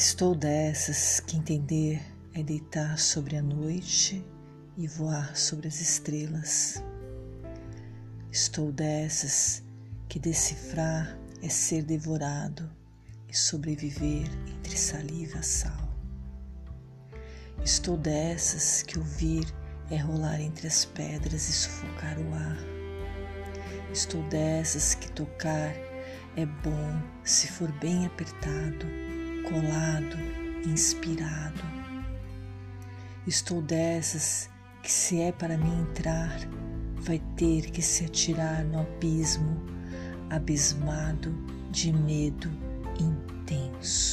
Estou dessas que entender é deitar sobre a noite e voar sobre as estrelas. Estou dessas que decifrar é ser devorado e sobreviver entre saliva e sal. Estou dessas que ouvir é rolar entre as pedras e sufocar o ar. Estou dessas que tocar é bom se for bem apertado, colado, inspirado. Estou dessas que, se é para mim entrar, vai ter que se atirar no abismo, abismado de medo intenso.